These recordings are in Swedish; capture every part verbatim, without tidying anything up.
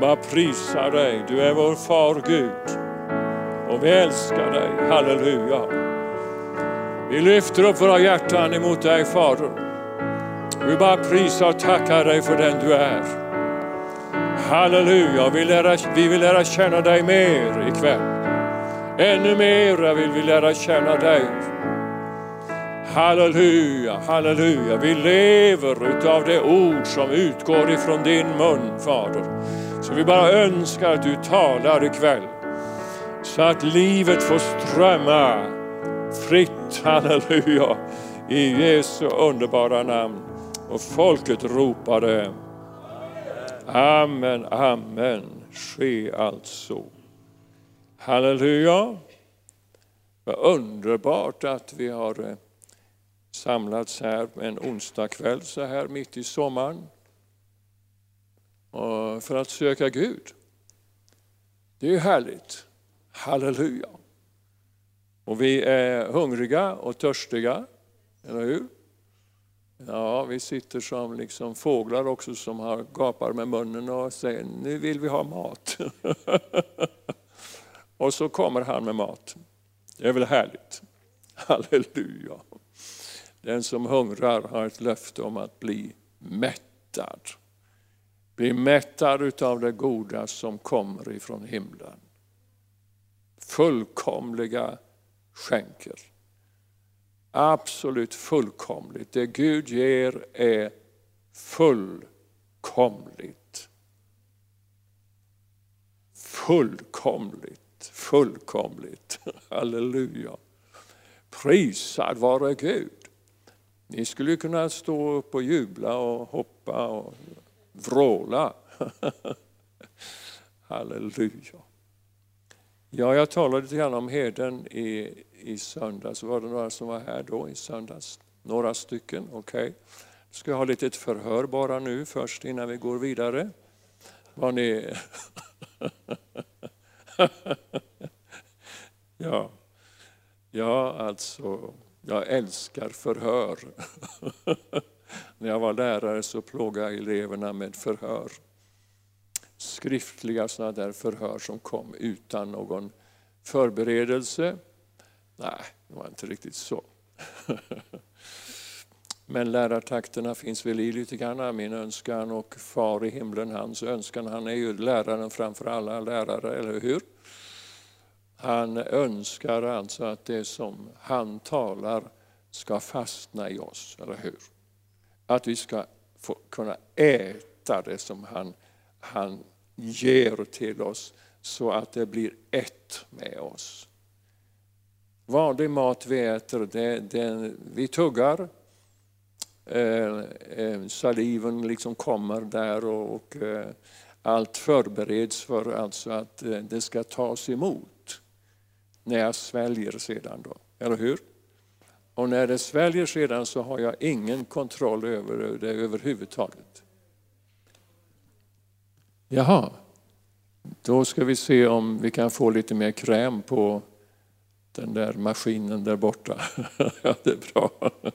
bara prisar dig. Du är vår far Gud. Och vi älskar dig. Halleluja. Vi lyfter upp våra hjärtan emot dig, Fader. Vi bara prisar och tackar dig för den du är. Halleluja. Vi, lära, vi vill lära känna dig mer ikväll. Ännu mer vill vi lära känna dig. Halleluja, halleluja. Vi lever utav det ord som utgår ifrån din mun, Fader. Så vi bara önskar att du talar ikväll. Så att livet får strömma fritt, halleluja. I Jesu underbara namn. Och folket ropade. Amen, amen. Ske alltså. Halleluja. Vad underbart att vi har samlats här en onsdag kväll så här mitt i sommaren. Och för att söka Gud. Det är ju härligt. Halleluja. Och vi är hungriga och törstiga. Eller hur? Ja, vi sitter som liksom fåglar också som har gapar med munnen och säger nu vill vi ha mat. Och så kommer han med mat. Det är väl härligt. Halleluja. Den som hungrar har ett löfte om att bli mättad. Bli mättad utav det goda som kommer ifrån himlen. Fullkomliga skänker. Absolut fullkomligt. Det Gud ger är fullkomligt. Fullkomligt. Fullkomligt. Halleluja. Prisad vare Gud. Ni skulle kunna stå upp och jubla och hoppa och vråla. Halleluja. Ja, jag talade lite grann om herden i, i söndags. Var det några som var här då i söndags? Några stycken, okej. Okay. Ska jag ha lite ett förhör bara nu först innan vi går vidare. Var ni... ja. ja, alltså... Jag älskar förhör. När jag var lärare så plågade eleverna med förhör. Skriftliga sådana där förhör som kom utan någon förberedelse. Nej, det var inte riktigt så. Men lärartakterna finns väl i lite grann. Min önskan och far i himlen, hans önskan. Han är ju läraren framför alla lärare, eller hur? Han önskar alltså att det som han talar ska fastna i oss, eller hur? Att vi ska få kunna äta det som han, han ger till oss så att det blir ett med oss. Vanlig mat vi äter, det, det, vi tuggar. Eh, eh, saliven liksom kommer där och, och eh, allt förbereds för alltså att eh, det ska tas emot. När jag sväljer sedan då, eller hur? Och när det sväljer sedan så har jag ingen kontroll över det överhuvudtaget. Jaha, då ska vi se om vi kan få lite mer kräm på den där maskinen där borta. Ja, det är bra.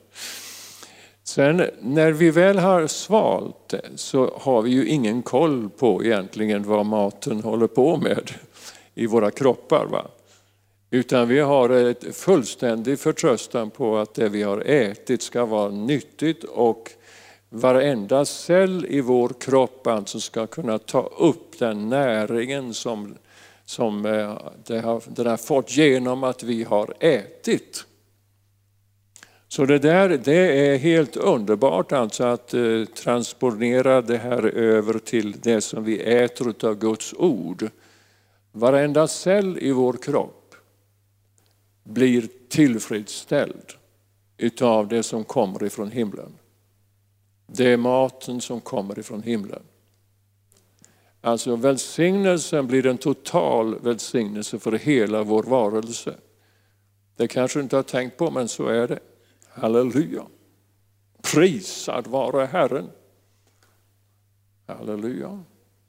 Sen när vi väl har svalt det så har vi ju ingen koll på egentligen vad maten håller på med i våra kroppar, va? Utan vi har ett fullständig förtröstan på att det vi har ätit ska vara nyttigt och varenda cell i vår kropp alltså ska kunna ta upp den näringen som, som det har, det har fått genom att vi har ätit. Så det där det är helt underbart alltså att eh, transponera det här över till det som vi äter av Guds ord. Varenda cell i vår kropp blir tillfredsställd utav det som kommer ifrån himlen. Det är maten som kommer ifrån himlen. Alltså välsignelsen blir en total välsignelse för hela vår varelse. Det kanske du inte har tänkt på, men så är det. Halleluja. Prisad vare Herren. Halleluja.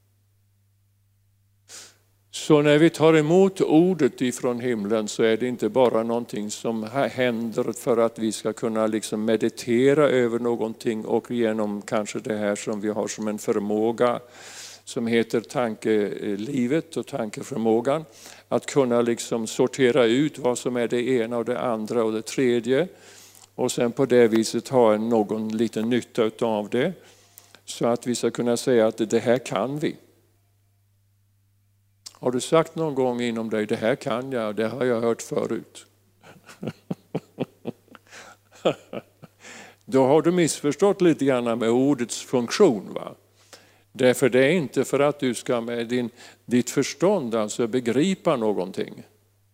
Så när vi tar emot ordet ifrån himlen så är det inte bara någonting som händer för att vi ska kunna liksom meditera över någonting och genom kanske det här som vi har som en förmåga som heter tankelivet och tankeförmågan. Att kunna liksom sortera ut vad som är det ena och det andra och det tredje. Och sen på det viset ha någon liten nytta av det. Så att vi ska kunna säga att det här kan vi. Har du sagt någon gång inom dig, det här kan jag, det har jag hört förut. Då har du missförstått lite grann med ordets funktion. Va? Därför det är inte för att du ska med din, ditt förstånd alltså begripa någonting.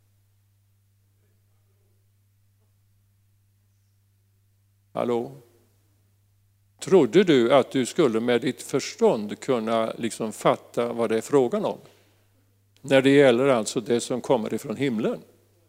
Hallå? Trodde du att du skulle med ditt förstånd kunna liksom fatta vad det är frågan om? När det gäller alltså det som kommer ifrån himlen.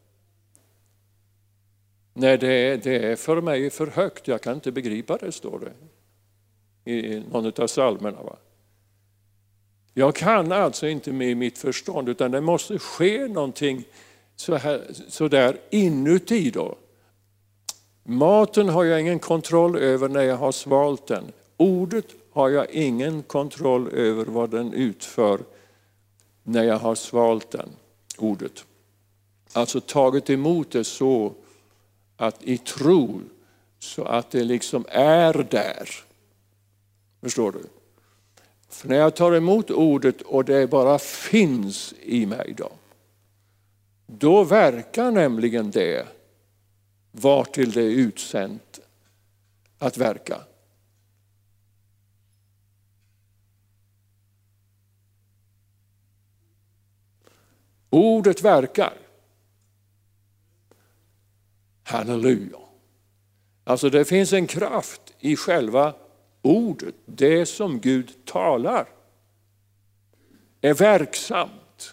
Nej, det är, det är för mig för högt, jag kan inte begripa det, står det i någon av psalmerna. Va? Jag kan alltså inte med mitt förstånd, utan det måste ske någonting så, här, så där inuti då. Maten har jag ingen kontroll över när jag har svalt den. Ordet har jag ingen kontroll över vad den utför när jag har svalt den, ordet. Alltså tagit emot det så att i tro, så att det liksom är där. Förstår du? För när jag tar emot ordet och det bara finns i mig då, då verkar nämligen det vart till det är utsänt att verka. Ordet verkar. Halleluja. Alltså det finns en kraft i själva ordet. Det som Gud talar är verksamt.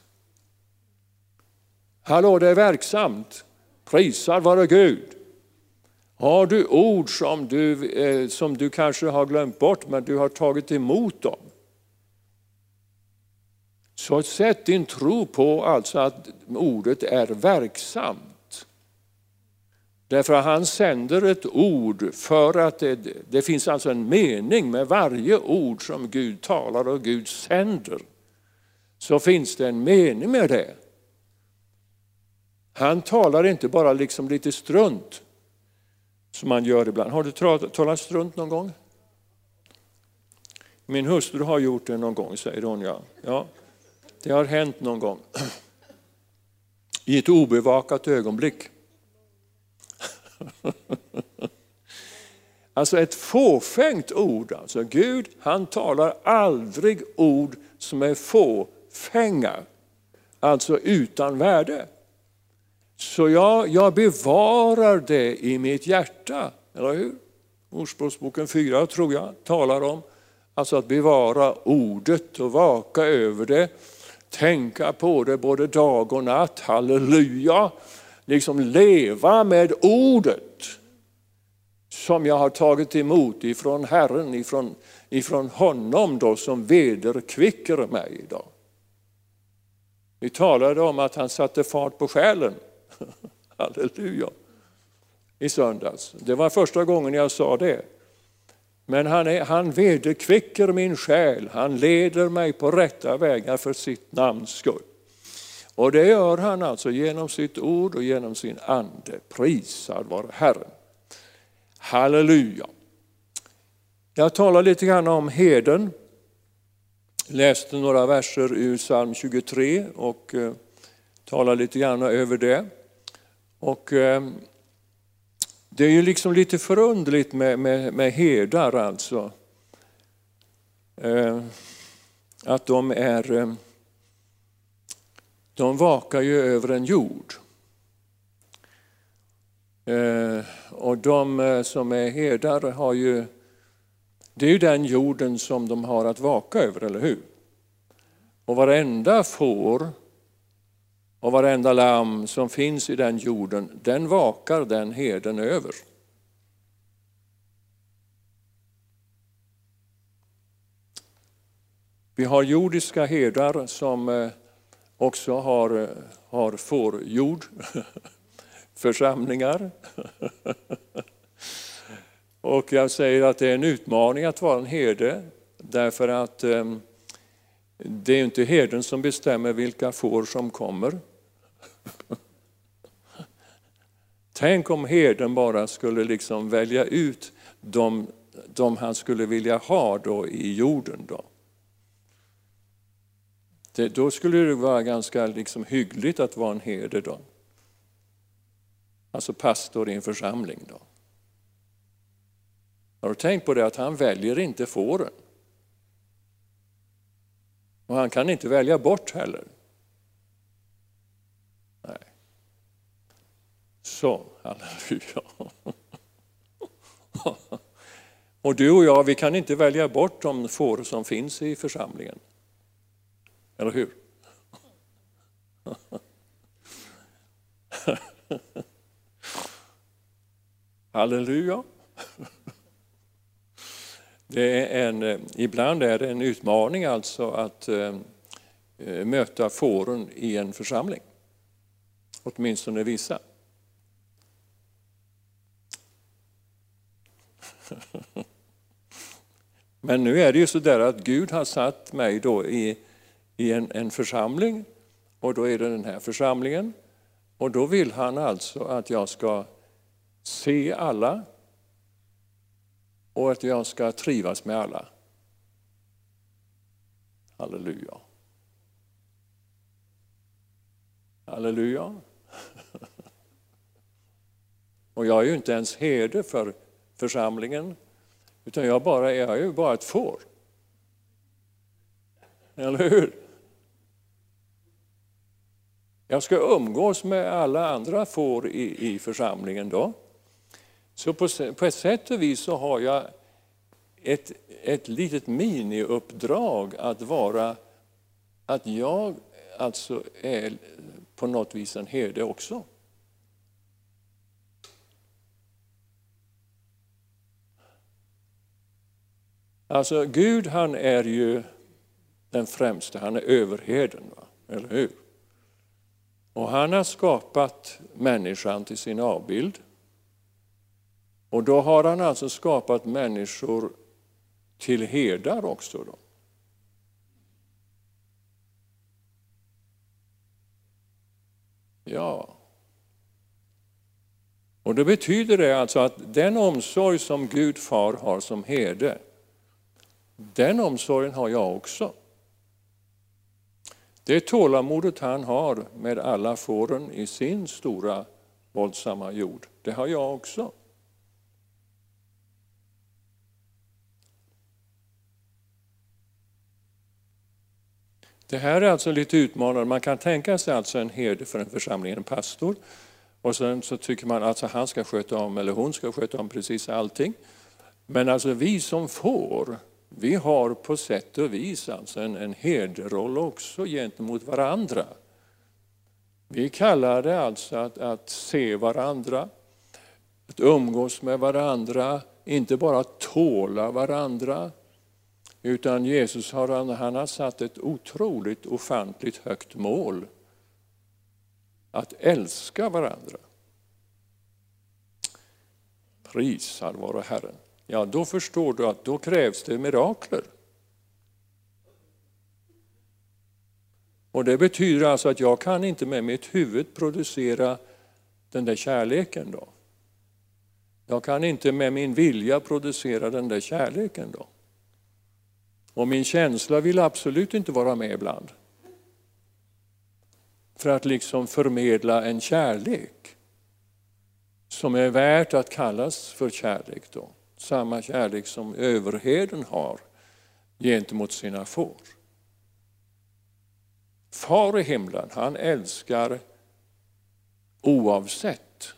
Hallå, det är verksamt. Prisar vare Gud. Har du ord som du, eh, som du kanske har glömt bort, men du har tagit emot dem, så sätt din tro på alltså att ordet är verksamt. Därför att han sänder ett ord för att det, det finns alltså en mening med varje ord som Gud talar och Gud sänder. Så finns det en mening med det. Han talar inte bara liksom lite strunt som man gör ibland. Har du talat strunt någon gång? Min hustru har gjort det någon gång, säger hon. Ja, ja, det har hänt någon gång. I ett obevakat ögonblick. Alltså ett fåfängt ord. Alltså Gud, han talar aldrig ord som är fåfänga. Alltså utan värde. Så jag, jag bevarar det i mitt hjärta, eller hur? Ordspråksboken fyra tror jag talar om alltså att bevara ordet och vaka över det. Tänka på det både dag och natt, halleluja. Liksom leva med ordet som jag har tagit emot ifrån Herren, ifrån, ifrån honom då som vederkvicker mig idag. Vi talade om att han satte fart på själen. Halleluja. I söndags. Det var första gången jag sa det. Men han, är, han vederkvicker min själ. Han leder mig på rätta vägar för sitt namns skull. Och det gör han alltså genom sitt ord och genom sin ande. Prisad vare Herren. Halleluja. Jag talar lite grann om herden. Läste några verser ur psalm tjugotre och eh, talar lite grann över det. Och eh, det är ju liksom lite förundligt med, med, med herdar alltså. Eh, att de är, eh, de vakar ju över en jord. Eh, och de eh, som är herdar har ju, det är ju den jorden som de har att vaka över, eller hur? Och varenda får och varenda lamm som finns i den jorden, den vakar den herden över. Vi har jordiska herdar som också har, har fårjord, församlingar. Och jag säger att det är en utmaning att vara en herde, därför att Det är inte herden som bestämmer vilka får som kommer. Tänk om herden bara skulle liksom välja ut de, de han skulle vilja ha då i jorden. Då, det, då skulle det vara ganska liksom hyggligt att vara en herde då. Alltså pastor i en församling då. Har du tänkt på det att han väljer inte fåren? Och han kan inte välja bort heller. Nej. Så, halleluja. Och du och jag, vi kan inte välja bort de får som finns i församlingen. Eller hur? Halleluja. Det är en, ibland är det en utmaning alltså att eh, möta fåren i en församling. Åtminstone vissa. Men nu är det ju så där att Gud har satt mig då i, i en, en församling, och då är det den här församlingen, och då vill han alltså att jag ska se alla och att jag ska trivas med alla. Halleluja. Halleluja. Och jag är ju inte ens herde för församlingen, utan jag, bara, jag är ju bara ett får. Eller hur? Jag ska umgås med alla andra får i, i församlingen då. Så på, på ett sätt och vis så har jag ett, ett litet miniuppdrag att vara, att jag alltså är på något vis en herde också. Alltså Gud, han är ju den främste, han är överherden, va? Eller hur? Och han har skapat människan till sin avbild. Och då har han alltså skapat människor till herdar också då. Ja. Och det betyder det alltså att den omsorg som Gud far har som herde, den omsorgen har jag också. Det tålamodet han har med alla fåren i sin stora våldsamma jord, det har jag också. Det här är alltså lite utmanande. Man kan tänka sig alltså en herde för en församling, en pastor. Och sen så tycker man att alltså han ska sköta om, eller hon ska sköta om precis allting. Men alltså vi som får, vi har på sätt och vis alltså en, en herderoll också gentemot varandra. Vi kallar det alltså att, att se varandra, att umgås med varandra, inte bara tåla varandra. Utan Jesus har, han har satt ett otroligt ofantligt högt mål. Att älska varandra. Prisad vare Herren. Ja, då förstår du att då krävs det mirakler. Och det betyder alltså att jag kan inte med mitt huvud producera den där kärleken då. Jag kan inte med min vilja producera den där kärleken då. Och min känsla vill absolut inte vara med ibland. För att liksom förmedla en kärlek som är värt att kallas för kärlek då. Samma kärlek som överherden har gentemot sina får. Far i himlen, han älskar oavsett.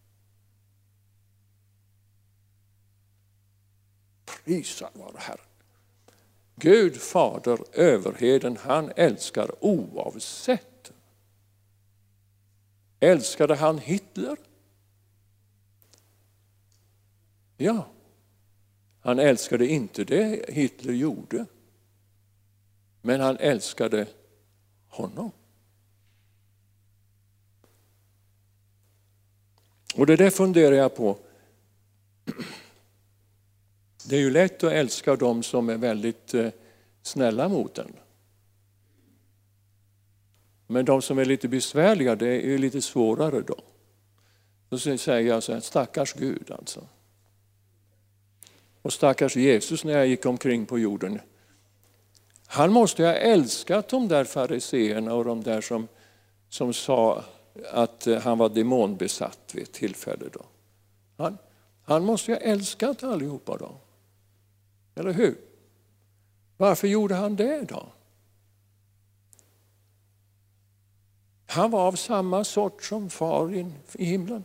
Prisad vare Herren. Gud, fader, överheden, han älskar oavsett. Älskade han Hitler? Ja. Han älskade inte det Hitler gjorde. Men han älskade honom. Och det där funderar jag på. Det är ju lätt att älska dem som är väldigt snälla mot en. Men de som är lite besvärliga, det är ju lite svårare då. Då säger jag så här, stackars Gud alltså. Och stackars Jesus när jag gick omkring på jorden. Han måste ha älskat de där fariseerna och de där som, som sa att han var demonbesatt vid ett tillfälle då. Han, han måste ha älskat allihopa då. Eller hur? Varför gjorde han det då? Han var av samma sort som far i himlen.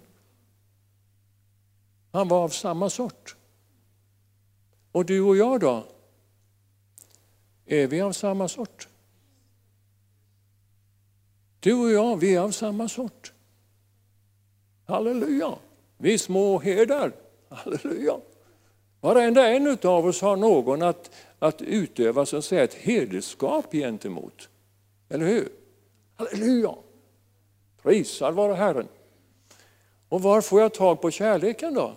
Han var av samma sort. Och du och jag då? Är vi av samma sort? Du och jag, vi är av samma sort. Halleluja. Vi är små herdar. Halleluja. Varenda en av oss har någon att, att utöva så att säga ett hederskap gentemot. Eller hur? Halleluja. Prisad vare Herren. Och var får jag tag på kärleken då?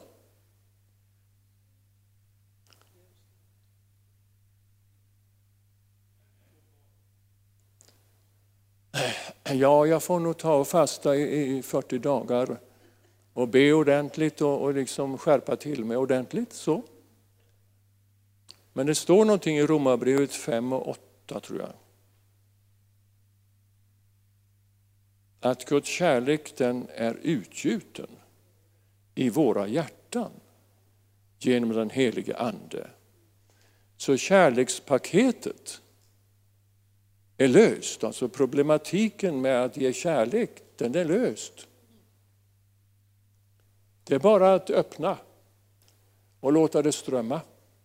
Ja, jag får nog ta och fasta i fyrtio dagar och be ordentligt och, och liksom skärpa till mig ordentligt. Så. Men det står någonting i Romarbrevet fem och åtta tror jag. Att Guds kärlek den är utgjuten i våra hjärtan genom den helige ande. Så kärlekspaketet är löst. Alltså problematiken med att ge kärlek, den är löst. Det är bara att öppna och låta det strömma.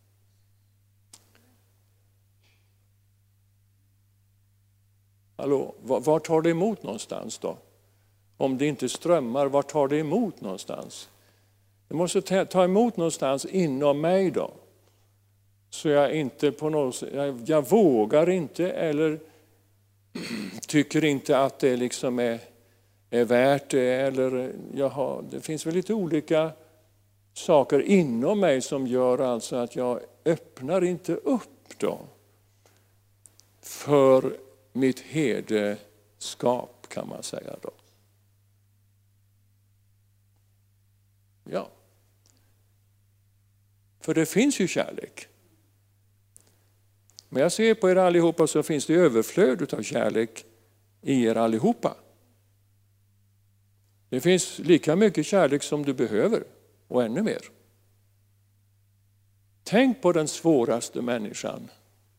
Hallå, var tar det emot någonstans då? Om det inte strömmar, var tar det emot någonstans? Det måste ta emot någonstans inom mig då. Så jag inte på något jag, jag vågar inte eller tycker inte att det liksom är, är värt det. Eller jaha, det finns väl lite olika saker inom mig som gör alltså att jag öppnar inte upp då för mitt herdeskap kan man säga då. Ja. För det finns ju kärlek. Men jag ser på er allihopa så finns det överflöd av kärlek i er allihopa. Det finns lika mycket kärlek som du behöver och ännu mer. Tänk på den svåraste människan.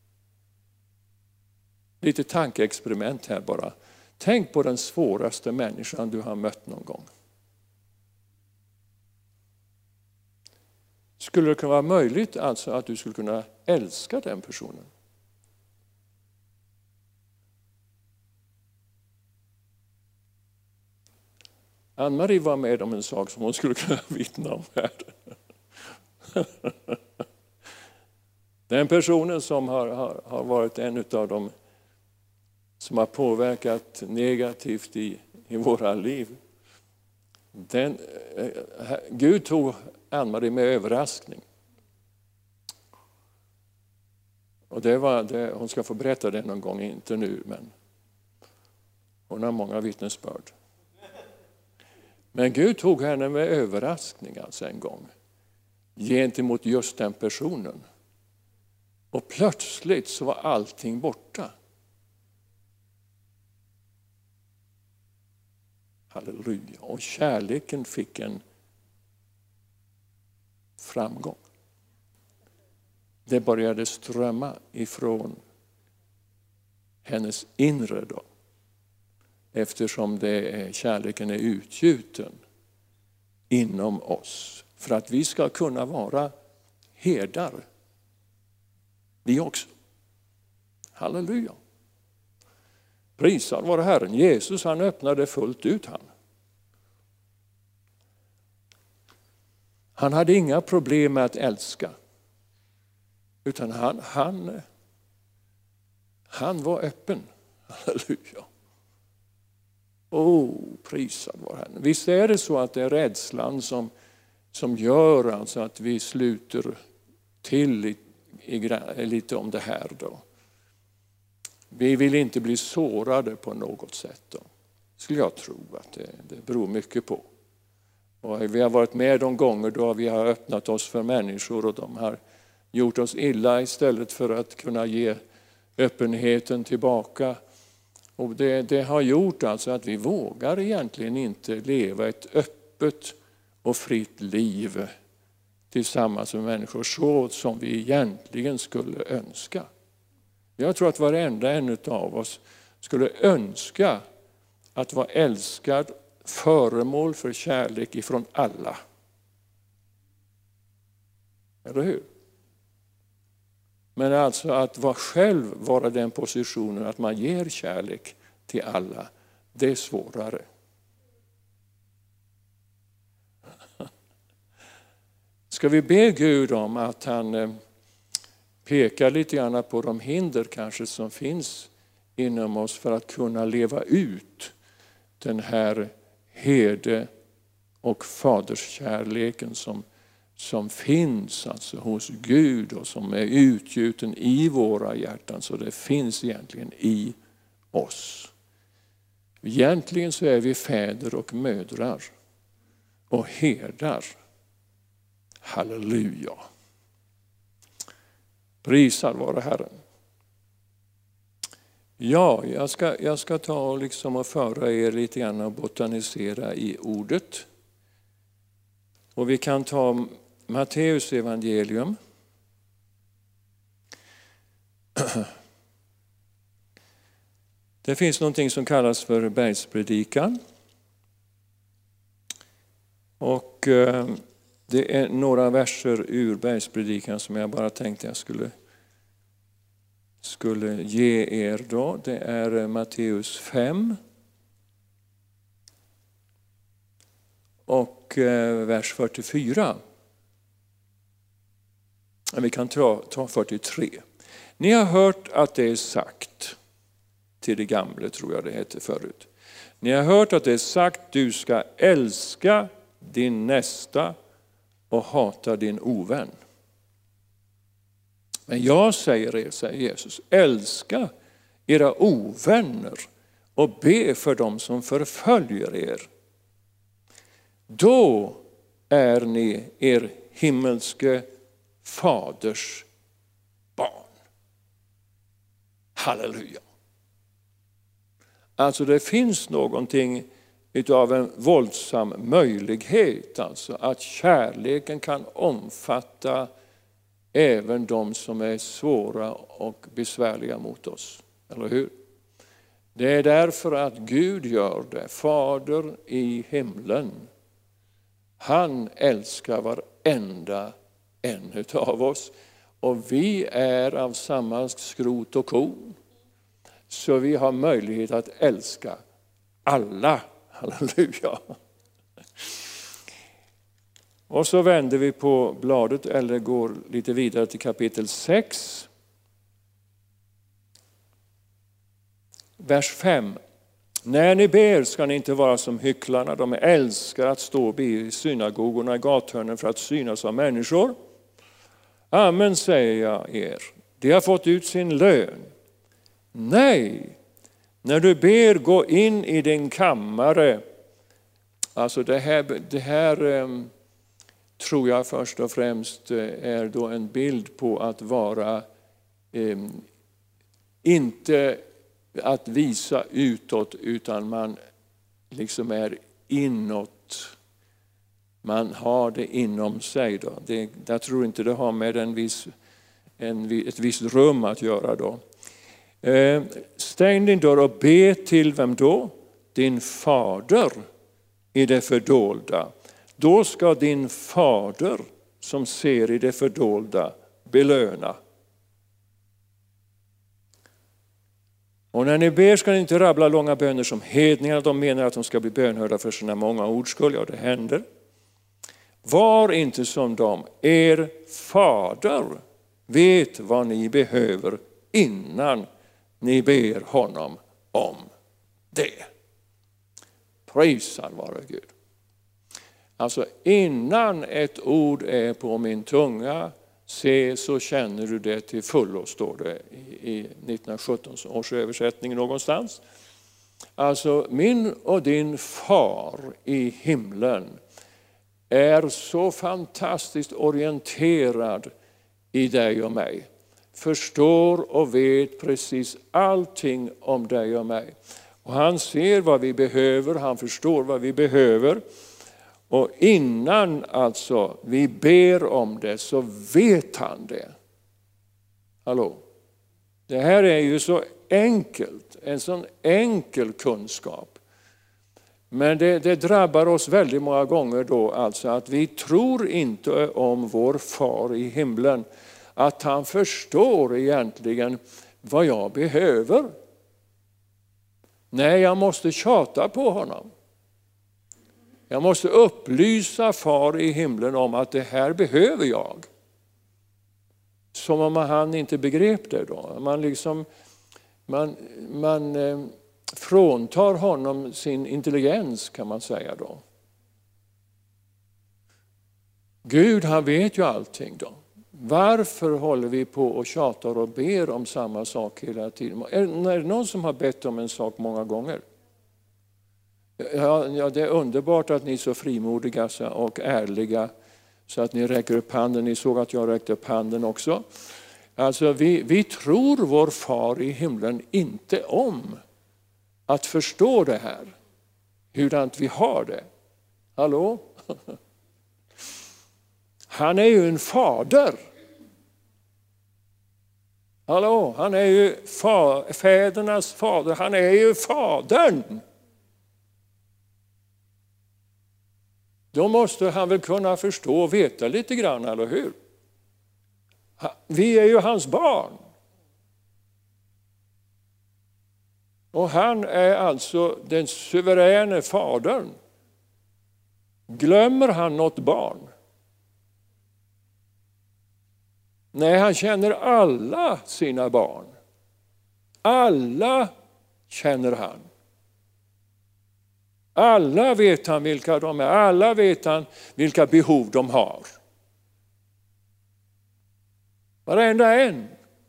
Lite tankeexperiment här bara. Tänk på den svåraste människan du har mött någon gång. Skulle det kunna vara möjligt alltså att du skulle kunna älska den personen? Ann-Marie var med om en sak som hon skulle kunna vittna om här. Den personen som har, har, har varit en av dem som har påverkat negativt i, i våra liv. Den, Gud tog Ann-Marie med överraskning. Och det var det, hon ska få berätta det någon gång, inte nu, men hon har många vittnesbörd. Men Gud tog henne med överraskning alltså en gång gentemot just den personen. Och plötsligt så var allting borta. Halleluja. Och kärleken fick en framgång. Det började strömma ifrån hennes inre då. Eftersom det är, kärleken är utgjuten inom oss. För att vi ska kunna vara herdar. Vi också. Halleluja. Prisad vare Herren. Jesus han öppnade fullt ut han. Han hade inga problem med att älska. Utan han, han, han var öppen. Halleluja. Oh, prisad vare Herren. Visst är det så att det är rädslan som, som gör alltså att vi sluter till i, i, lite om det här då. Vi vill inte bli sårade på något sätt. Då. Skulle jag tro att det, det beror mycket på. Och vi har varit med de gånger då vi har öppnat oss för människor och de har gjort oss illa istället för att kunna ge öppenheten tillbaka. Och det, det har gjort alltså att vi vågar egentligen inte leva ett öppet och fritt liv tillsammans med människor så som vi egentligen skulle önska. Jag tror att varenda en av oss skulle önska att vara älskad, föremål för kärlek ifrån alla. Eller hur? Men alltså att vara själv vara den positionen att man ger kärlek till alla, det är svårare. Ska vi be Gud om att han pekar lite grann på de hinder kanske som finns inom oss för att kunna leva ut den här herde- och faderskärleken som, som finns alltså hos Gud och som är utgjuten i våra hjärtan, så det finns egentligen i oss. Egentligen så är vi fäder och mödrar och herdar. Halleluja. Prisad vare Herren. Ja, jag ska, jag ska ta liksom och föra er lite grann och botanisera i ordet. Och vi kan ta Matteus evangelium. Det finns någonting som kallas för bergspredikan. Och det är några verser ur bergspredikan som jag bara tänkte jag skulle skulle ge er då. Det är Matteus fem och vers fyrtiofyra. Vi kan ta, ta fyrtiotre. Ni har hört att det är sagt till det gamla, tror jag det heter förut. Ni har hört att det är sagt, du ska älska din nästa och hata din ovän. Men jag säger er, säger Jesus, älska era ovänner och be för dem som förföljer er. Då är ni er himmelske faders barn. Halleluja. Alltså det finns någonting utav en våldsam möjlighet, alltså att kärleken kan omfatta även de som är svåra och besvärliga mot oss. Eller hur? Det är därför att Gud gör det. Fader i himlen. Han älskar varenda en av oss. Och vi är av samma skrot och korn. Så vi har möjlighet att älska alla. Halleluja. Och så vänder vi på bladet eller går lite vidare till kapitel sex. Vers fem. När ni ber ska ni inte vara som hycklarna. De älskar att stå och be i synagogorna i gathörnen för att synas av människor. Amen, säger jag er. De har fått ut sin lön. Nej, när du ber, gå in i din kammare. Alltså det här... Det här tror jag först och främst är då en bild på att vara eh, inte att visa utåt, utan man liksom är inåt. Man har det inom sig då. Det, jag tror inte det har med en viss, en, ett visst rum att göra då. Eh, stäng din dörr och be till vem då? Din fader i det fördolda. Då ska din fader som ser i det fördolda belöna. Och när ni ber ska ni inte rabbla långa böner som hedningarna. De menar att de ska bli bönhörda för sina många ordskull. Ja, det händer. Var inte som dem. Er fader vet vad ni behöver innan ni ber honom om det. Prisad vare Gud. Alltså innan ett ord är på min tunga Se så känner du det till fullo, står det i nittonhundrasjutton års översättning någonstans. Alltså min och din far i himlen är så fantastiskt orienterad i dig och mig. Förstår och vet precis allting om dig och mig. Och han ser vad vi behöver, han förstår vad vi behöver. Och innan alltså vi ber om det så vet han det. Hallå? Det här är ju så enkelt, en sån enkel kunskap. Men det, det drabbar oss väldigt många gånger då alltså att vi tror inte om vår far i himlen. Att han förstår egentligen vad jag behöver. Nej, jag måste tjata på honom. Jag måste upplysa far i himlen om att det här behöver jag. Som om han inte begrep det då. Man liksom, man, man eh, fråntar honom sin intelligens, kan man säga då. Gud, han vet ju allting då. Varför håller vi på och tjatar och ber om samma sak hela tiden? Är, är det någon som har bett om en sak många gånger? Ja, ja, det är underbart att ni är så frimodiga och ärliga så att ni räcker upp handen. Ni såg att jag räckte upp handen också. Alltså vi, vi tror vår far i himlen inte om att förstå det här. Hurdant vi har det. Hallå? Han är ju en fader. Hallå? Han är ju fa, fädernas fader. Han är ju fadern. Då måste han väl kunna förstå och veta lite grann, eller hur? Vi är ju hans barn. Och han är alltså den suveräne fadern. Glömmer han något barn? Nej, han känner alla sina barn. Alla känner han. Alla vet han vilka de är. Alla vet han vilka behov de har. Varenda en.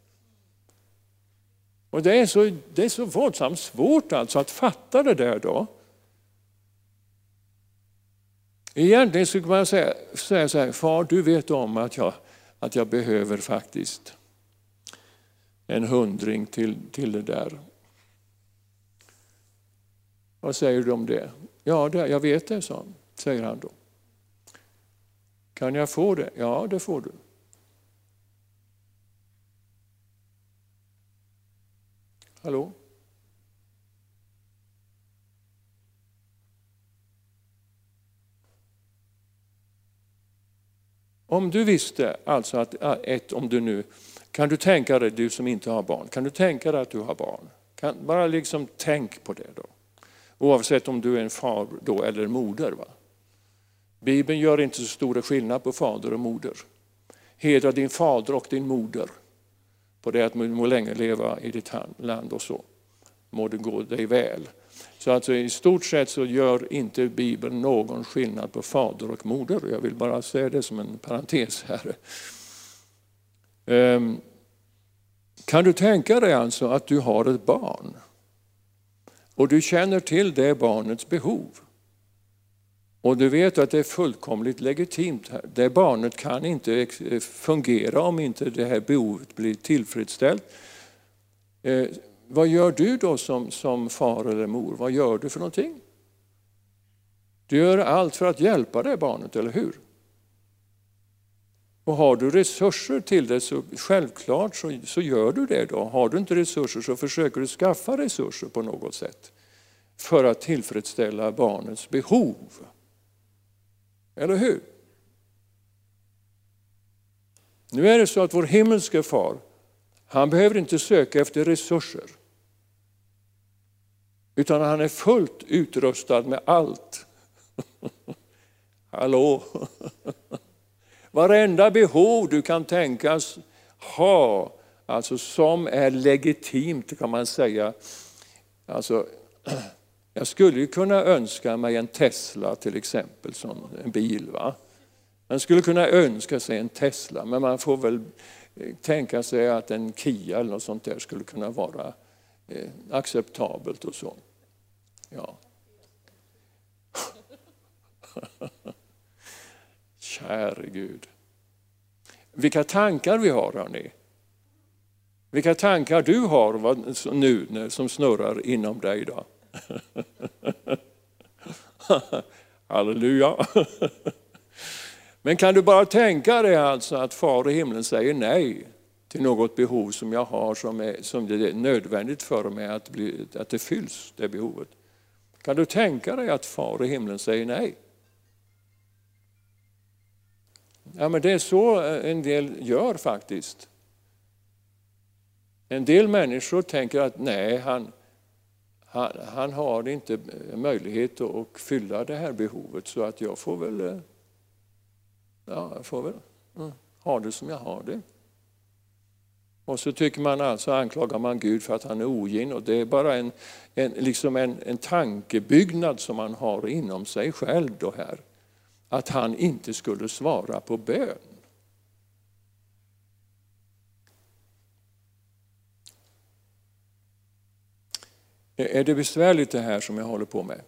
Och det är så, det är så våldsamt svårt alltså att fatta det där då. Egentligen skulle man säga, säga så här, far, du vet om att jag, att jag behöver faktiskt en hundring till, till det där. Vad säger du om det? Ja, det, jag vet det, så, säger han då. Kan jag få det? Ja, det får du. Hallå? Om du visste, alltså att ett, om du nu, kan du tänka dig, du som inte har barn, kan du tänka dig att du har barn? Kan, bara liksom tänk på det då. Oavsett om du är en far då eller moder. Va? Bibeln gör inte så stora skillnad på fader och moder. Hedra din fader och din moder. På det att du må länge leva i ditt land och så. Må det gå dig väl. Så alltså i stort sett så gör inte Bibeln någon skillnad på fader och moder. Jag vill bara säga det som en parentes här. Um, kan du tänka dig alltså att du har ett barn? Och du känner till det barnets behov. Och du vet att det är fullkomligt legitimt här. Det barnet kan inte fungera om inte det här behovet blir tillfredsställt. Eh, vad gör du då som, som far eller mor? Vad gör du för någonting? Du gör allt för att hjälpa det barnet, eller hur? Och har du resurser till det så självklart så, så gör du det då. Har du inte resurser så försöker du skaffa resurser på något sätt. För att tillfredsställa barnets behov. Eller hur? Nu är det så att vår himmelske far, han behöver inte söka efter resurser. Utan han är fullt utrustad med allt. Hallå? Varenda behov du kan tänkas ha, alltså som är legitimt kan man säga. Alltså, jag skulle ju kunna önska mig en Tesla till exempel, som en bil, va? Man skulle kunna önska sig en Tesla, men man får väl tänka sig att en Kia eller något sånt där skulle kunna vara eh, acceptabelt och så. Ja. Käre Gud. Vilka tankar vi har, hörni. Vilka tankar du har vad, nu som snurrar inom dig idag. Halleluja. Men kan du bara tänka dig alltså att far i himlen säger nej till något behov som jag har som, är, som det är nödvändigt för mig att, bli, att det fylls, det behovet. Kan du tänka dig att far i himlen säger nej? Ja, men det är så en del gör faktiskt. En del människor tänker att nej, han, han, han har inte möjlighet att fylla det här behovet, så att jag får väl, ja, jag får väl mm, ha det som jag har det. Och så tycker man alltså, anklagar man Gud för att han är ogin, och det är bara en, en, liksom en, en tankebyggnad som man har inom sig själv då här. Att han inte skulle svara på bön. Är det besvärligt det här som jag håller på med?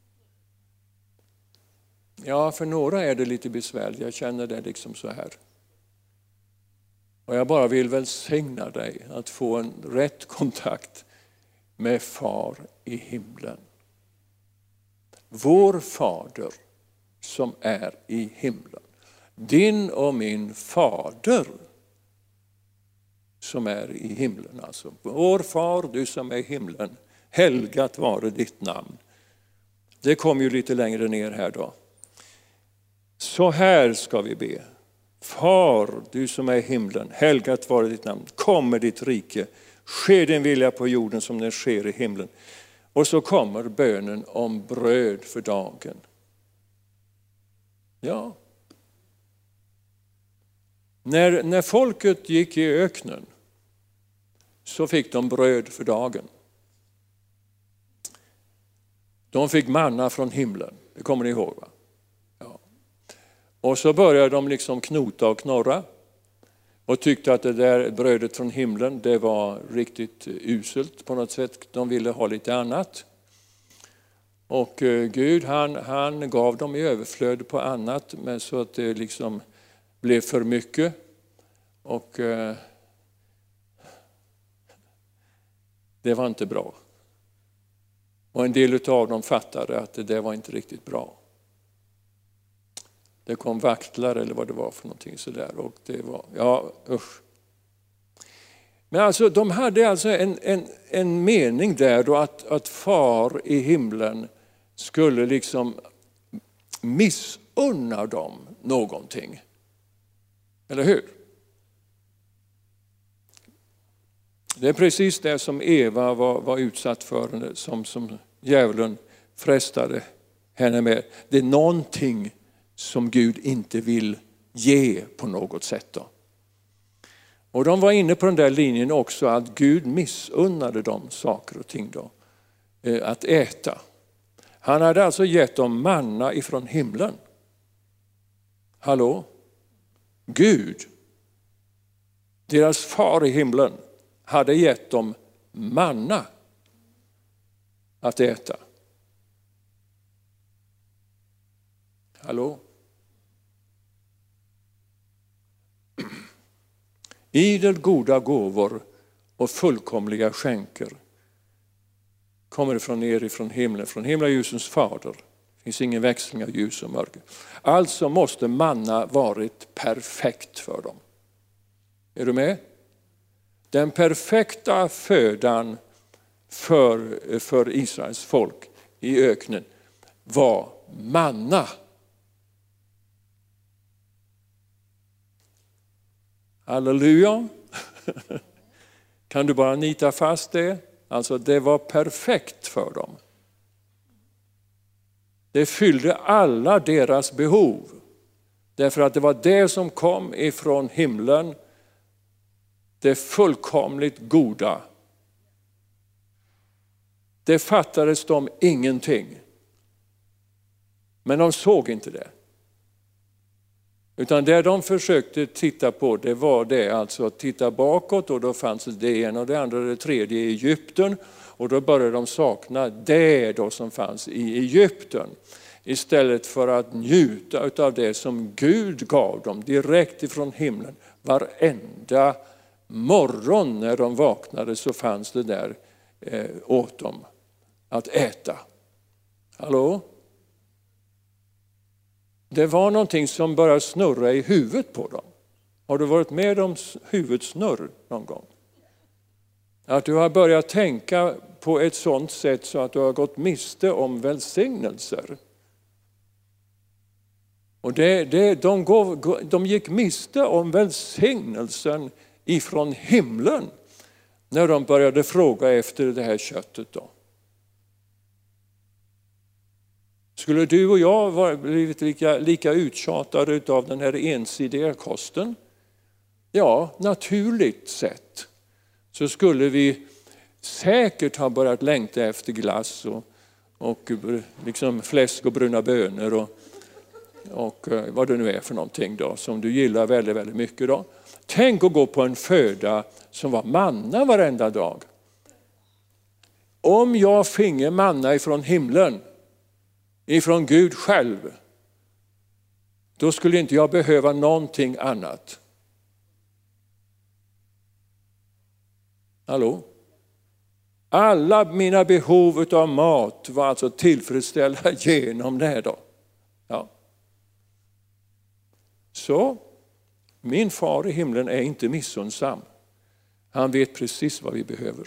Ja, för några är det lite besvärligt. Jag känner det liksom så här. Och jag bara vill välsigna dig att få en rätt kontakt med far i himlen. Vår fader som är i himlen. Din och min fader som är i himlen. Alltså, vår far, du som är i himlen. Helgat vare ditt namn. Det kommer ju lite längre ner här då. Så här ska vi be. Far, du som är i himlen, helgat vare ditt namn. Kom med ditt rike. Ske din vilja på jorden som den sker i himlen. Och så kommer bönen om bröd för dagen. Ja. När, när folket gick i öknen så fick de bröd för dagen. De fick manna från himlen. Det kommer ni ihåg, va? Ja. Och så började de liksom knota och knorra. Och tyckte att det där brödet från himlen, det var riktigt uselt på något sätt. De ville ha lite annat. Och Gud han, han gav dem i överflöd på annat, men så att det liksom blev för mycket. Och eh, det var inte bra. Och en del av dem fattade att det där var inte riktigt bra. Det kom vaktlar eller vad det var för någonting sådär. Och det var, ja usch. Men alltså de hade alltså en, en, en mening där då att, att far i himlen skulle liksom missunna dem någonting. Eller hur? Det är precis det som Eva var, var utsatt för, som, som djävulen frestade henne med. Det är någonting som Gud inte vill ge på något sätt då. Och de var inne på den där linjen också, att Gud missunnade dem saker och ting då, att äta. Han hade alltså gett dem manna ifrån himlen. Hallå? Gud, deras far i himlen, hade gett dem manna att äta. Hallå? Idel goda gåvor och fullkomliga skänker kommer från er ifrån himlen, från himlaljusens fader. Det finns ingen växling av ljus och mörker. Alltså måste manna varit perfekt för dem. Är du med? Den perfekta födan för, för Israels folk i öknen var manna. Halleluja. Kan du bara nita fast det? Alltså det var perfekt för dem. Det fyllde alla deras behov. Därför att det var det som kom ifrån himlen. Det fullkomligt goda. Det fattades dem ingenting. Men de såg inte det. Utan det de försökte titta på, det var det alltså att titta bakåt, och då fanns det ena och det andra och det tredje i Egypten. Och då började de sakna det då som fanns i Egypten. Istället för att njuta av det som Gud gav dem direkt ifrån himlen. Varenda morgon när de vaknade så fanns det där eh, åt dem att äta. Hallå? Det var någonting som började snurra i huvudet på dem. Har du varit med om huvudsnurr någon gång? Att du har börjat tänka på ett sådant sätt så att du har gått miste om välsignelser. Och det, det, de, går, de gick miste om välsignelsen ifrån himlen när de började fråga efter det här köttet då. Skulle du och jag vara blivit lika, lika uttjatade av den här ensidiga kosten? Ja, naturligt sett så skulle vi säkert ha börjat längta efter glass och, och liksom fläsk och bruna bönor och, och vad det nu är för någonting då, som du gillar väldigt, väldigt mycket då. Tänk att gå på en föda som var manna varenda dag. Om jag finge manna ifrån himlen, ifrån Gud själv, då skulle inte jag behöva någonting annat. Hallå? Alla mina behov av mat var alltså tillfredsställda genom det då. Ja. Så, min far i himlen är inte missunnsam. Han vet precis vad vi behöver.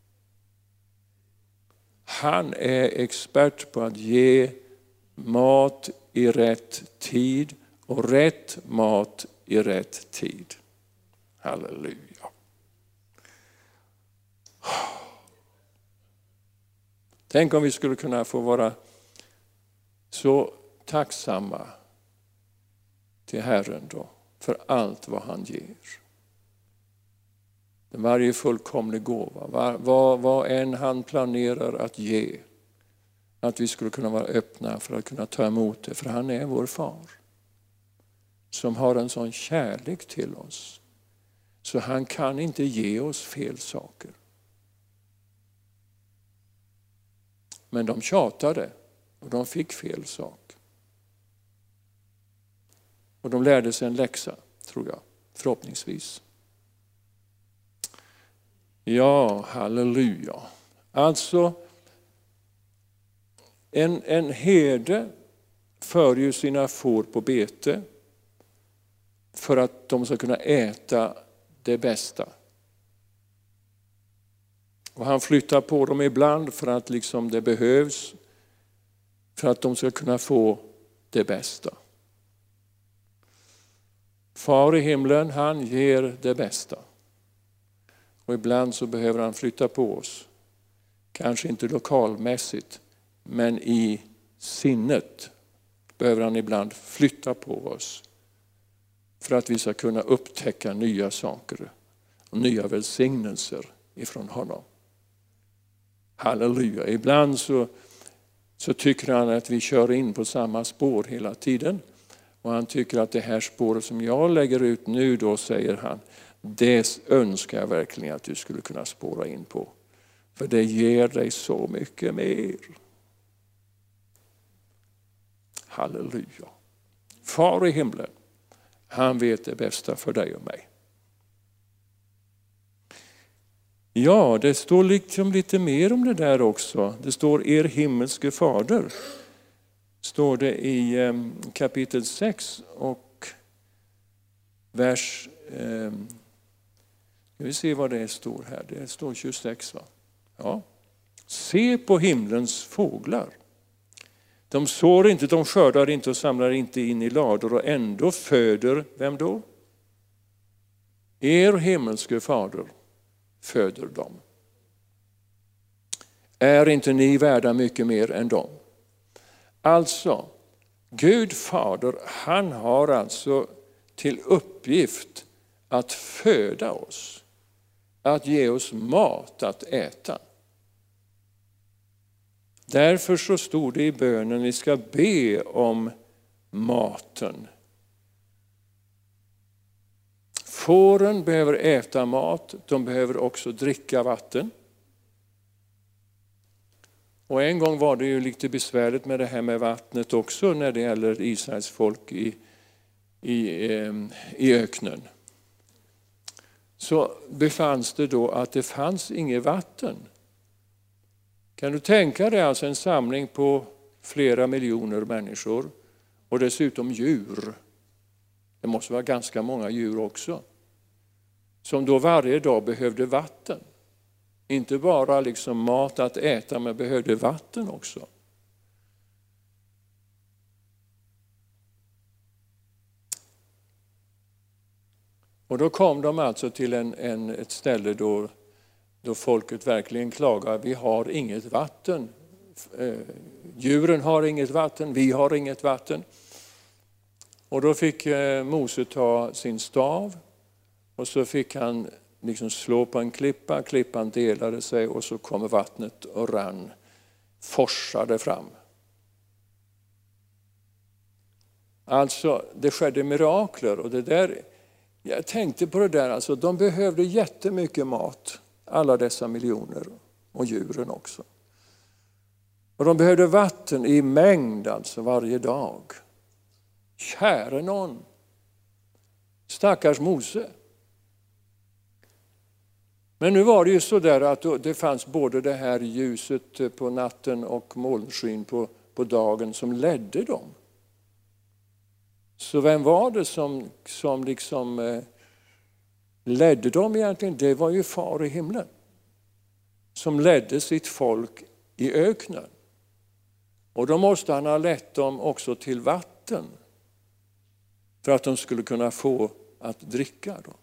Han är expert på att ge mat i rätt tid och rätt mat i rätt tid. Halleluja. Tänk om vi skulle kunna få vara så tacksamma till Herren då för allt vad han ger. Varje fullkomlig gåva, vad, vad, vad än han planerar att ge. Att vi skulle kunna vara öppna för att kunna ta emot det. För han är vår far. Som har en sån kärlek till oss. Så han kan inte ge oss fel saker. Men de tjatade och de fick fel sak. Och de lärde sig en läxa, tror jag, förhoppningsvis. Ja, halleluja. Alltså, en, en herde för ju sina får på bete för att de ska kunna äta det bästa. Och han flyttar på dem ibland för att liksom det behövs för att de ska kunna få det bästa. Far i himlen, han ger det bästa. Och ibland så behöver han flytta på oss. Kanske inte lokalmässigt, men i sinnet behöver han ibland flytta på oss. För att vi ska kunna upptäcka nya saker och nya välsignelser ifrån honom. Halleluja. Ibland så, så tycker han att vi kör in på samma spår hela tiden. Och han tycker att det här spåret som jag lägger ut nu då, säger han, det önskar jag verkligen att du skulle kunna spåra in på. För det ger dig så mycket mer. Halleluja. Far i himlen, han vet det bästa för dig och mig. Ja, det står liksom lite mer om det där också. Det står er himmelske fader. Står det i kapitel sex och vers... Eh, ska vi se vad det står här. Det står tjugosex, va? Ja. Se på himlens fåglar. De sår inte, de skördar inte och samlar inte in i lador och ändå föder, vem då? Er himmelske fader föder dem. Är inte ni värda mycket mer än dem? Alltså, Gud fader, han har alltså till uppgift att föda oss. Att ge oss mat att äta. Därför så stod det i bönen, ni ska be om maten. Fåren behöver äta mat, de behöver också dricka vatten. Och en gång var det ju lite besvärligt med det här med vattnet också när det gäller Israels folk i, i, i öknen. Så befanns det då att det fanns inget vatten. Kan du tänka dig alltså en samling på flera miljoner människor och dessutom djur. Det måste vara ganska många djur också. Som då varje dag behövde vatten. Inte bara liksom mat att äta, men behövde vatten också. Och då kom de alltså till en, en, ett ställe då, då folket verkligen klagar. Vi har inget vatten. Eh, djuren har inget vatten, vi har inget vatten. Och då fick eh, Mose ta sin stav och så fick han liksom slå på en klippa, klippan delade sig och så kom vattnet och rann, forsade fram. Alltså det skedde mirakler och det där, jag tänkte på det där, alltså de behövde jättemycket mat, alla dessa miljoner och djuren också. Och de behövde vatten i mängd alltså varje dag. Käre någon, stackars Mose. Men nu var det ju så där att det fanns både det här ljuset på natten och molnskyn på, på dagen som ledde dem. Så vem var det som, som liksom eh, ledde dem egentligen? Det var ju far i himlen. Som ledde sitt folk i öknen. Och då måste han ha lett dem också till vatten. För att de skulle kunna få att dricka då.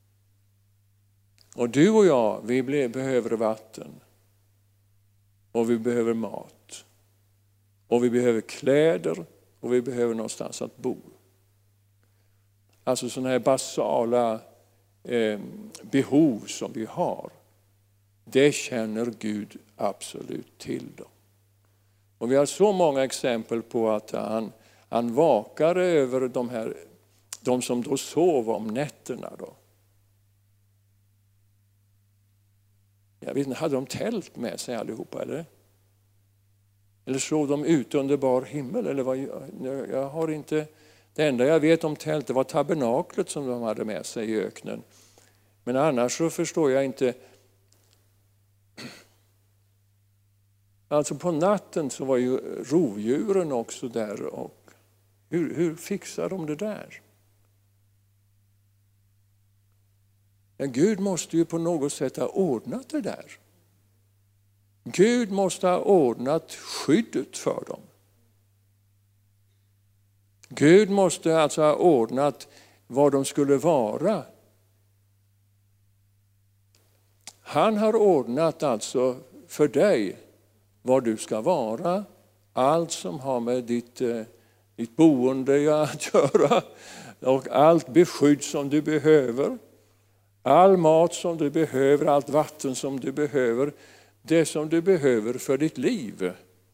Och du och jag, vi behöver vatten. Och vi behöver mat. Och vi behöver kläder. Och vi behöver någonstans att bo. Alltså sådana här basala eh, behov som vi har. Det känner Gud absolut till då. Och vi har så många exempel på att han, han vakar över de här, de som då sov om nätterna då. Jag vet inte, hade de tält med sig allihopa eller? Eller sov de ute under bar himmel? Eller vad, jag har inte, det enda jag vet om tält, det var tabernaklet som de hade med sig i öknen. Men annars så förstår jag inte. Alltså på natten så var ju rovdjuren också där. Och hur, hur fixar de det där? Ja, Gud måste ju på något sätt ha ordnat det där. Gud måste ha ordnat skyddet för dem. Gud måste alltså ha ordnat var de skulle vara. Han har ordnat alltså för dig var du ska vara. Allt som har med ditt, ditt boende att göra. Och allt beskydd som du behöver. All mat som du behöver, allt vatten som du behöver. Det som du behöver för ditt liv.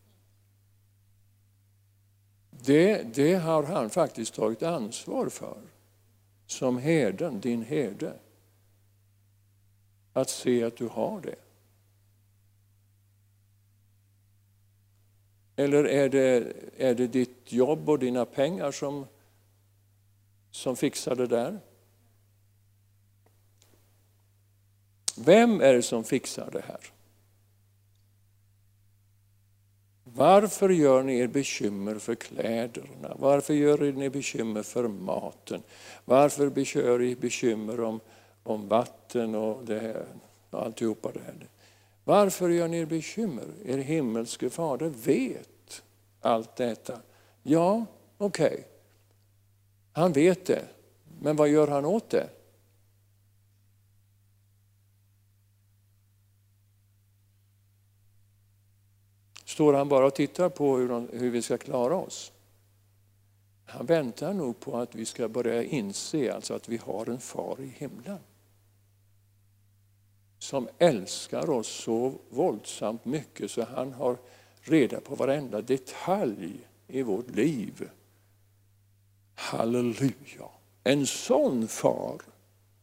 Det, det har han faktiskt tagit ansvar för. Som herden, din herde. Att se att du har det. Eller är det, är det ditt jobb och dina pengar som, som fixar det där? Vem är det som fixar det här? Varför gör ni er bekymmer för kläderna? Varför gör ni bekymmer för maten? Varför gör ni bekymmer om, om vatten och, det här, och alltihopa det här? Varför gör ni er bekymmer? Er himmelske fader vet allt detta. Ja, okej. Okay. Han vet det. Men vad gör han åt det? Står han bara och tittar på hur, de, hur vi ska klara oss? Han väntar nog på att vi ska börja inse alltså att vi har en far i himlen. Som älskar oss så våldsamt mycket så han har reda på varenda detalj i vårt liv. Halleluja! En sån far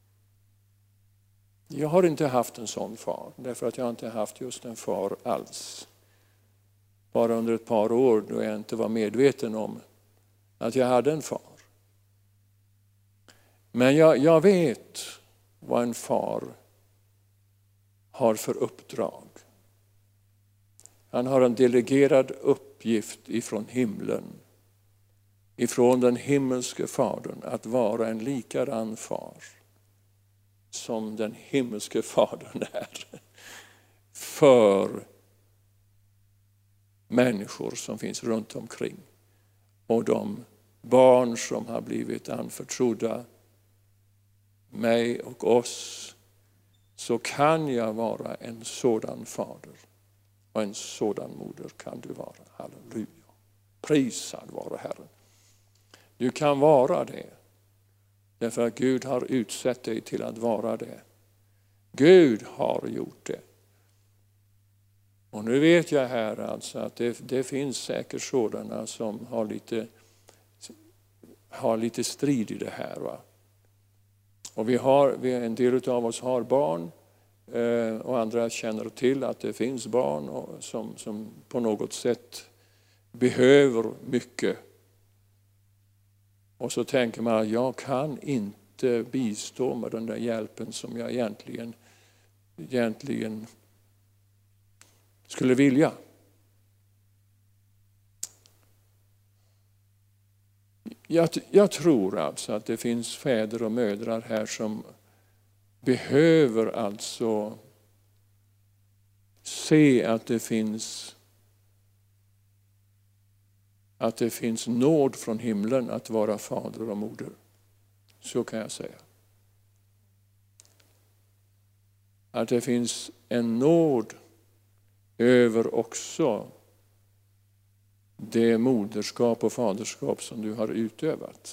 Jag har inte haft en sån far, därför att jag inte haft just en far alls. Bara under ett par år då jag inte var medveten om att jag hade en far. Men jag, jag vet vad en far har för uppdrag. Han har en delegerad uppgift ifrån himlen, ifrån den himmelske fadern, att vara en likadan far som den himmelske fadern är för människor som finns runt omkring och de barn som har blivit anförtrodda mig och oss. Så kan jag vara en sådan fader och en sådan moder kan du vara. Halleluja. Prisad vare Herren. Du kan vara det. Därför att Gud har utsett dig till att vara det. Gud har gjort det. Och nu vet jag här alltså att det, det finns säkert sådana som har lite, har lite strid i det här. Va? Och vi har, vi, en del av oss har barn eh, och andra känner till att det finns barn och, som, som på något sätt behöver mycket. Och så tänker man att jag kan inte bistå med den där hjälpen som jag egentligen, egentligen skulle vilja. Jag, jag tror alltså att det finns fäder och mödrar här som behöver alltså se att det finns att det finns nåd från himlen att vara fader och moder. Så kan jag säga. Att det finns en nåd över också det moderskap och faderskap som du har utövat.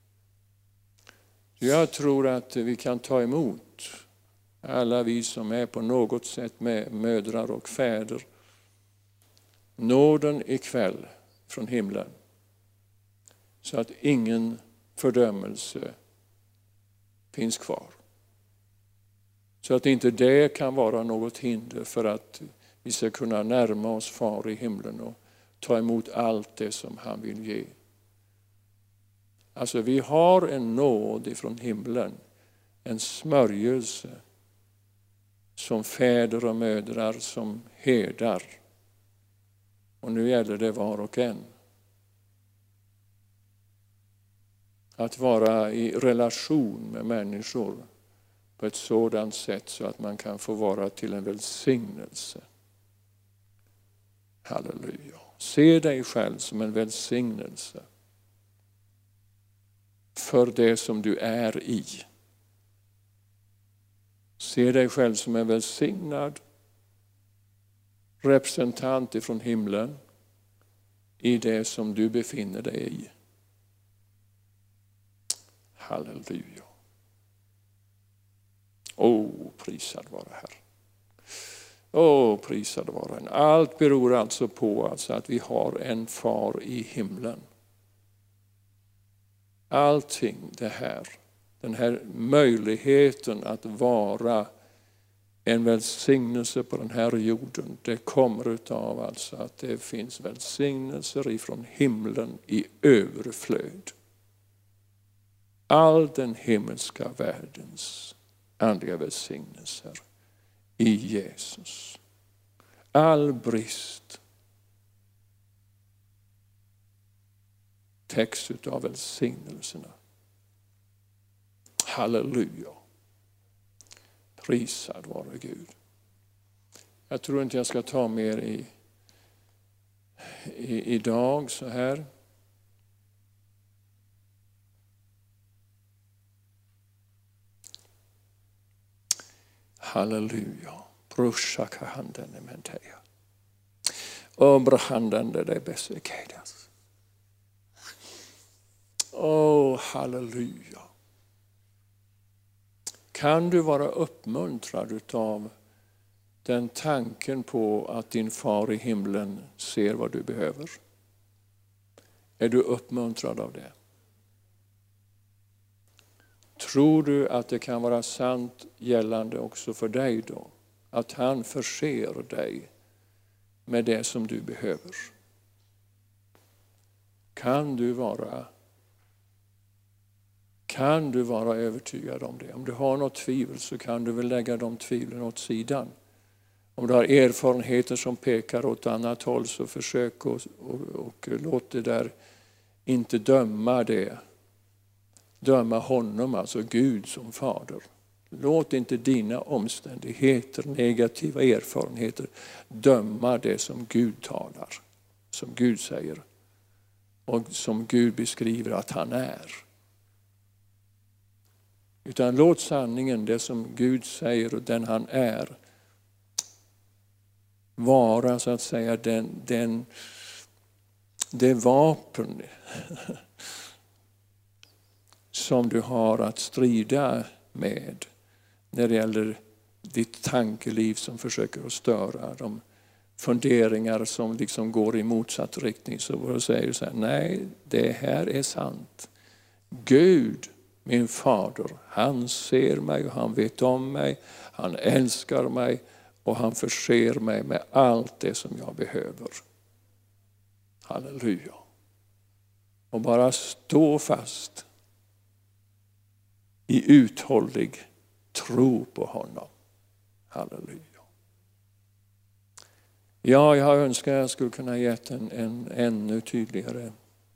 Jag tror att vi kan ta emot alla vi som är på något sätt med mödrar och fäder nåden ikväll från himlen, så att ingen fördömelse finns kvar. Så att inte det kan vara något hinder för att vi ska kunna närma oss far i himlen och ta emot allt det som han vill ge. Alltså vi har en nåd ifrån himlen, en smörjelse som fäder och mödrar, som herdar. Och nu gäller det var och en att vara i relation med människor på ett sådant sätt så att man kan få vara till en välsignelse. Halleluja. Se dig själv som en välsignelse för det som du är i. Se dig själv som en välsignad representant ifrån himlen i det som du befinner dig i. Halleluja. Åh, oh, prisad vare Herren. Åh, oh, prisad vare Herren. Allt beror alltså på alltså att vi har en far i himlen. Allting det här, den här möjligheten att vara en välsignelse på den här jorden, det kommer utav alltså att det finns välsignelser ifrån himlen i överflöd. All den himmelska världens andliga välsignelser i Jesus. All brist täcks utav välsignelserna. Halleluja. Prisad vare Gud. Jag tror inte jag ska ta mer i, i idag så här. Halleluja. Brushaka handen ementeja. Obrahandande de besekedas. Åh, halleluja. Kan du vara uppmuntrad utav den tanken på att din far i himlen ser vad du behöver? Är du uppmuntrad av det? Tror du att det kan vara sant gällande också för dig då? Att han förser dig med det som du behöver. Kan du vara Kan du vara övertygad om det? Om du har något tvivel så kan du väl lägga de tvivlen åt sidan. Om du har erfarenheter som pekar åt annat håll så försök och, och, och låt det där inte döma det. Döma honom, alltså Gud som fader. Låt inte dina omständigheter, negativa erfarenheter döma det som Gud talar. Som Gud säger. Och som Gud beskriver att han är. Utan låt sanningen, det som Gud säger och den han är, vara så att säga den, den, det vapen som du har att strida med när det gäller ditt tankeliv som försöker att störa de funderingar som liksom går i motsatt riktning. Så säger du så här, nej, det här är sant. Gud, min fader, han ser mig och han vet om mig. Han älskar mig och han förser mig med allt det som jag behöver. Halleluja. Och bara stå fast i uthållig tro på honom. Halleluja. Ja, jag önskar jag skulle kunna ge en, en ännu tydligare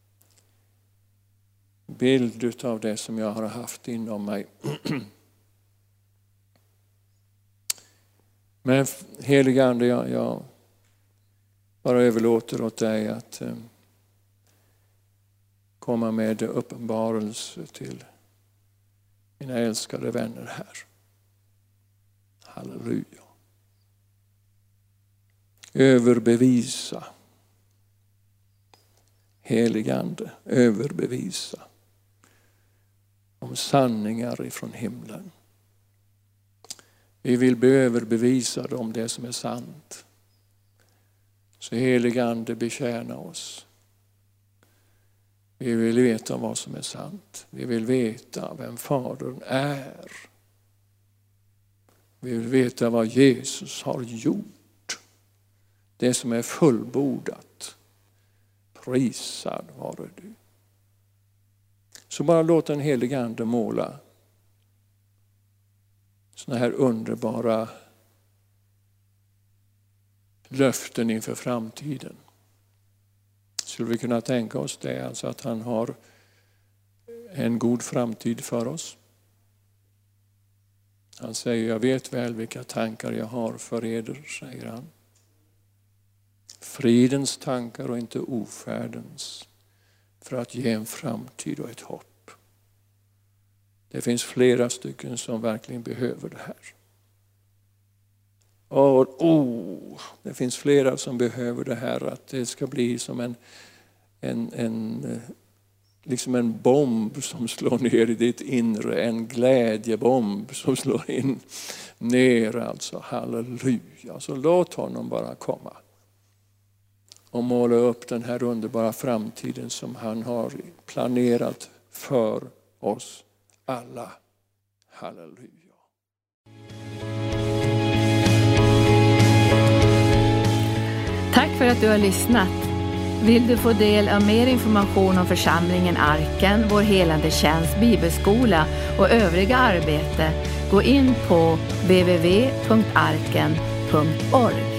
bild av det som jag har haft inom mig. Men heliga Ande, jag, jag bara överlåter åt dig att eh, komma med uppenbarelse till mina älskade vänner här. Halleluja. Överbevisa. Heliga Ande, överbevisa om sanningar ifrån himlen. Vi vill bli överbevisade om det som är sant. Så heliga Ande, betjäna oss. Vi vill veta vad som är sant. Vi vill veta vem Fadern är. Vi vill veta vad Jesus har gjort. Det som är fullbordat. Prisad vare du. Så bara låt den heliga Ande måla såna här underbara löften inför framtiden. Skulle vi kunna tänka oss det, alltså att han har en god framtid för oss. Han säger, jag vet väl vilka tankar jag har för eder, säger han. Fridens tankar och inte ofärdens, för att ge en framtid och ett hopp. Det finns flera stycken som verkligen behöver det här. Och, oh, det finns flera som behöver det här, att det ska bli som en, en, en, liksom en bomb som slår ner i ditt inre, en glädjebomb som slår in ner, alltså halleluja. Så låt honom bara komma och måla upp den här underbara framtiden som han har planerat för oss alla. Halleluja. Tack för att du har lyssnat. Vill du få del av mer information om församlingen Arken, vår helande tjänst, bibelskola och övriga arbete, gå in på w w w punkt arken punkt org.